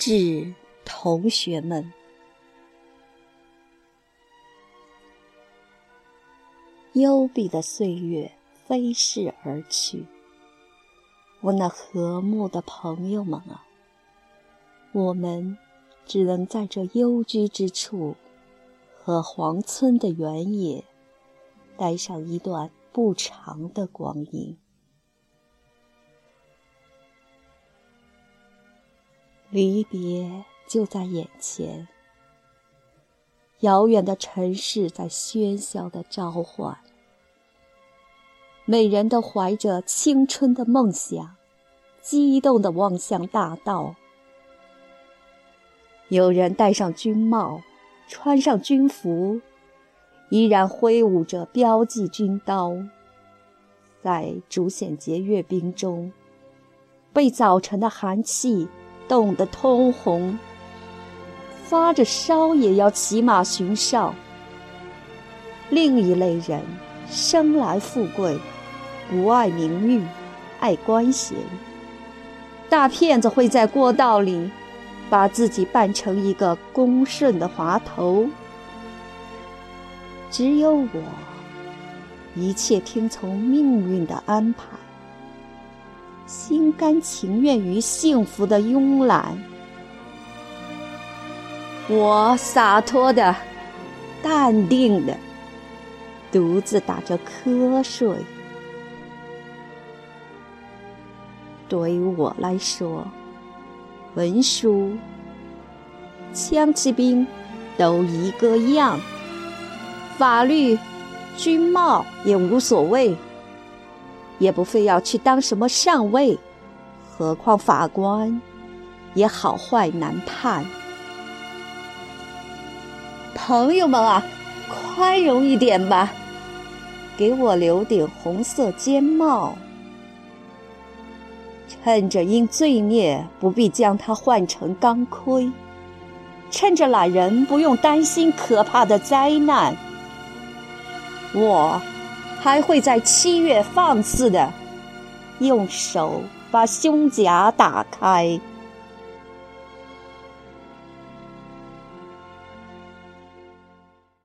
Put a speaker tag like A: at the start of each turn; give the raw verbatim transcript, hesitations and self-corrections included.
A: 致同学们，幽闭的岁月飞逝而去，我那和睦的朋友们啊，我们只能在这幽居之处和黄村的原野待上一段不长的光阴。离别就在眼前，遥远的城市在喧嚣地召唤，每人都怀着青春的梦想，激动地望向大道。有人戴上军帽，穿上军服，依然挥舞着标记军刀，在主显节阅兵中，被早晨的寒气冻得通红，发着烧也要骑马巡哨。另一类人生来富贵，不爱名誉，爱官衔，大骗子会在过道里把自己扮成一个恭顺的滑头。只有我一切听从命运的安排，心甘情愿于幸福的慵懒。我洒脱的、淡定的，独自打着瞌睡。对于我来说，文书、枪骑兵都一个样，法律、军帽也无所谓，也不非要去当什么上尉，何况法官也好坏难判。朋友们啊，宽容一点吧，给我留顶红色尖帽，趁着因罪孽不必将它换成钢盔，趁着懒人不用担心可怕的灾难，我还会在七月放肆的用手把胸甲打开。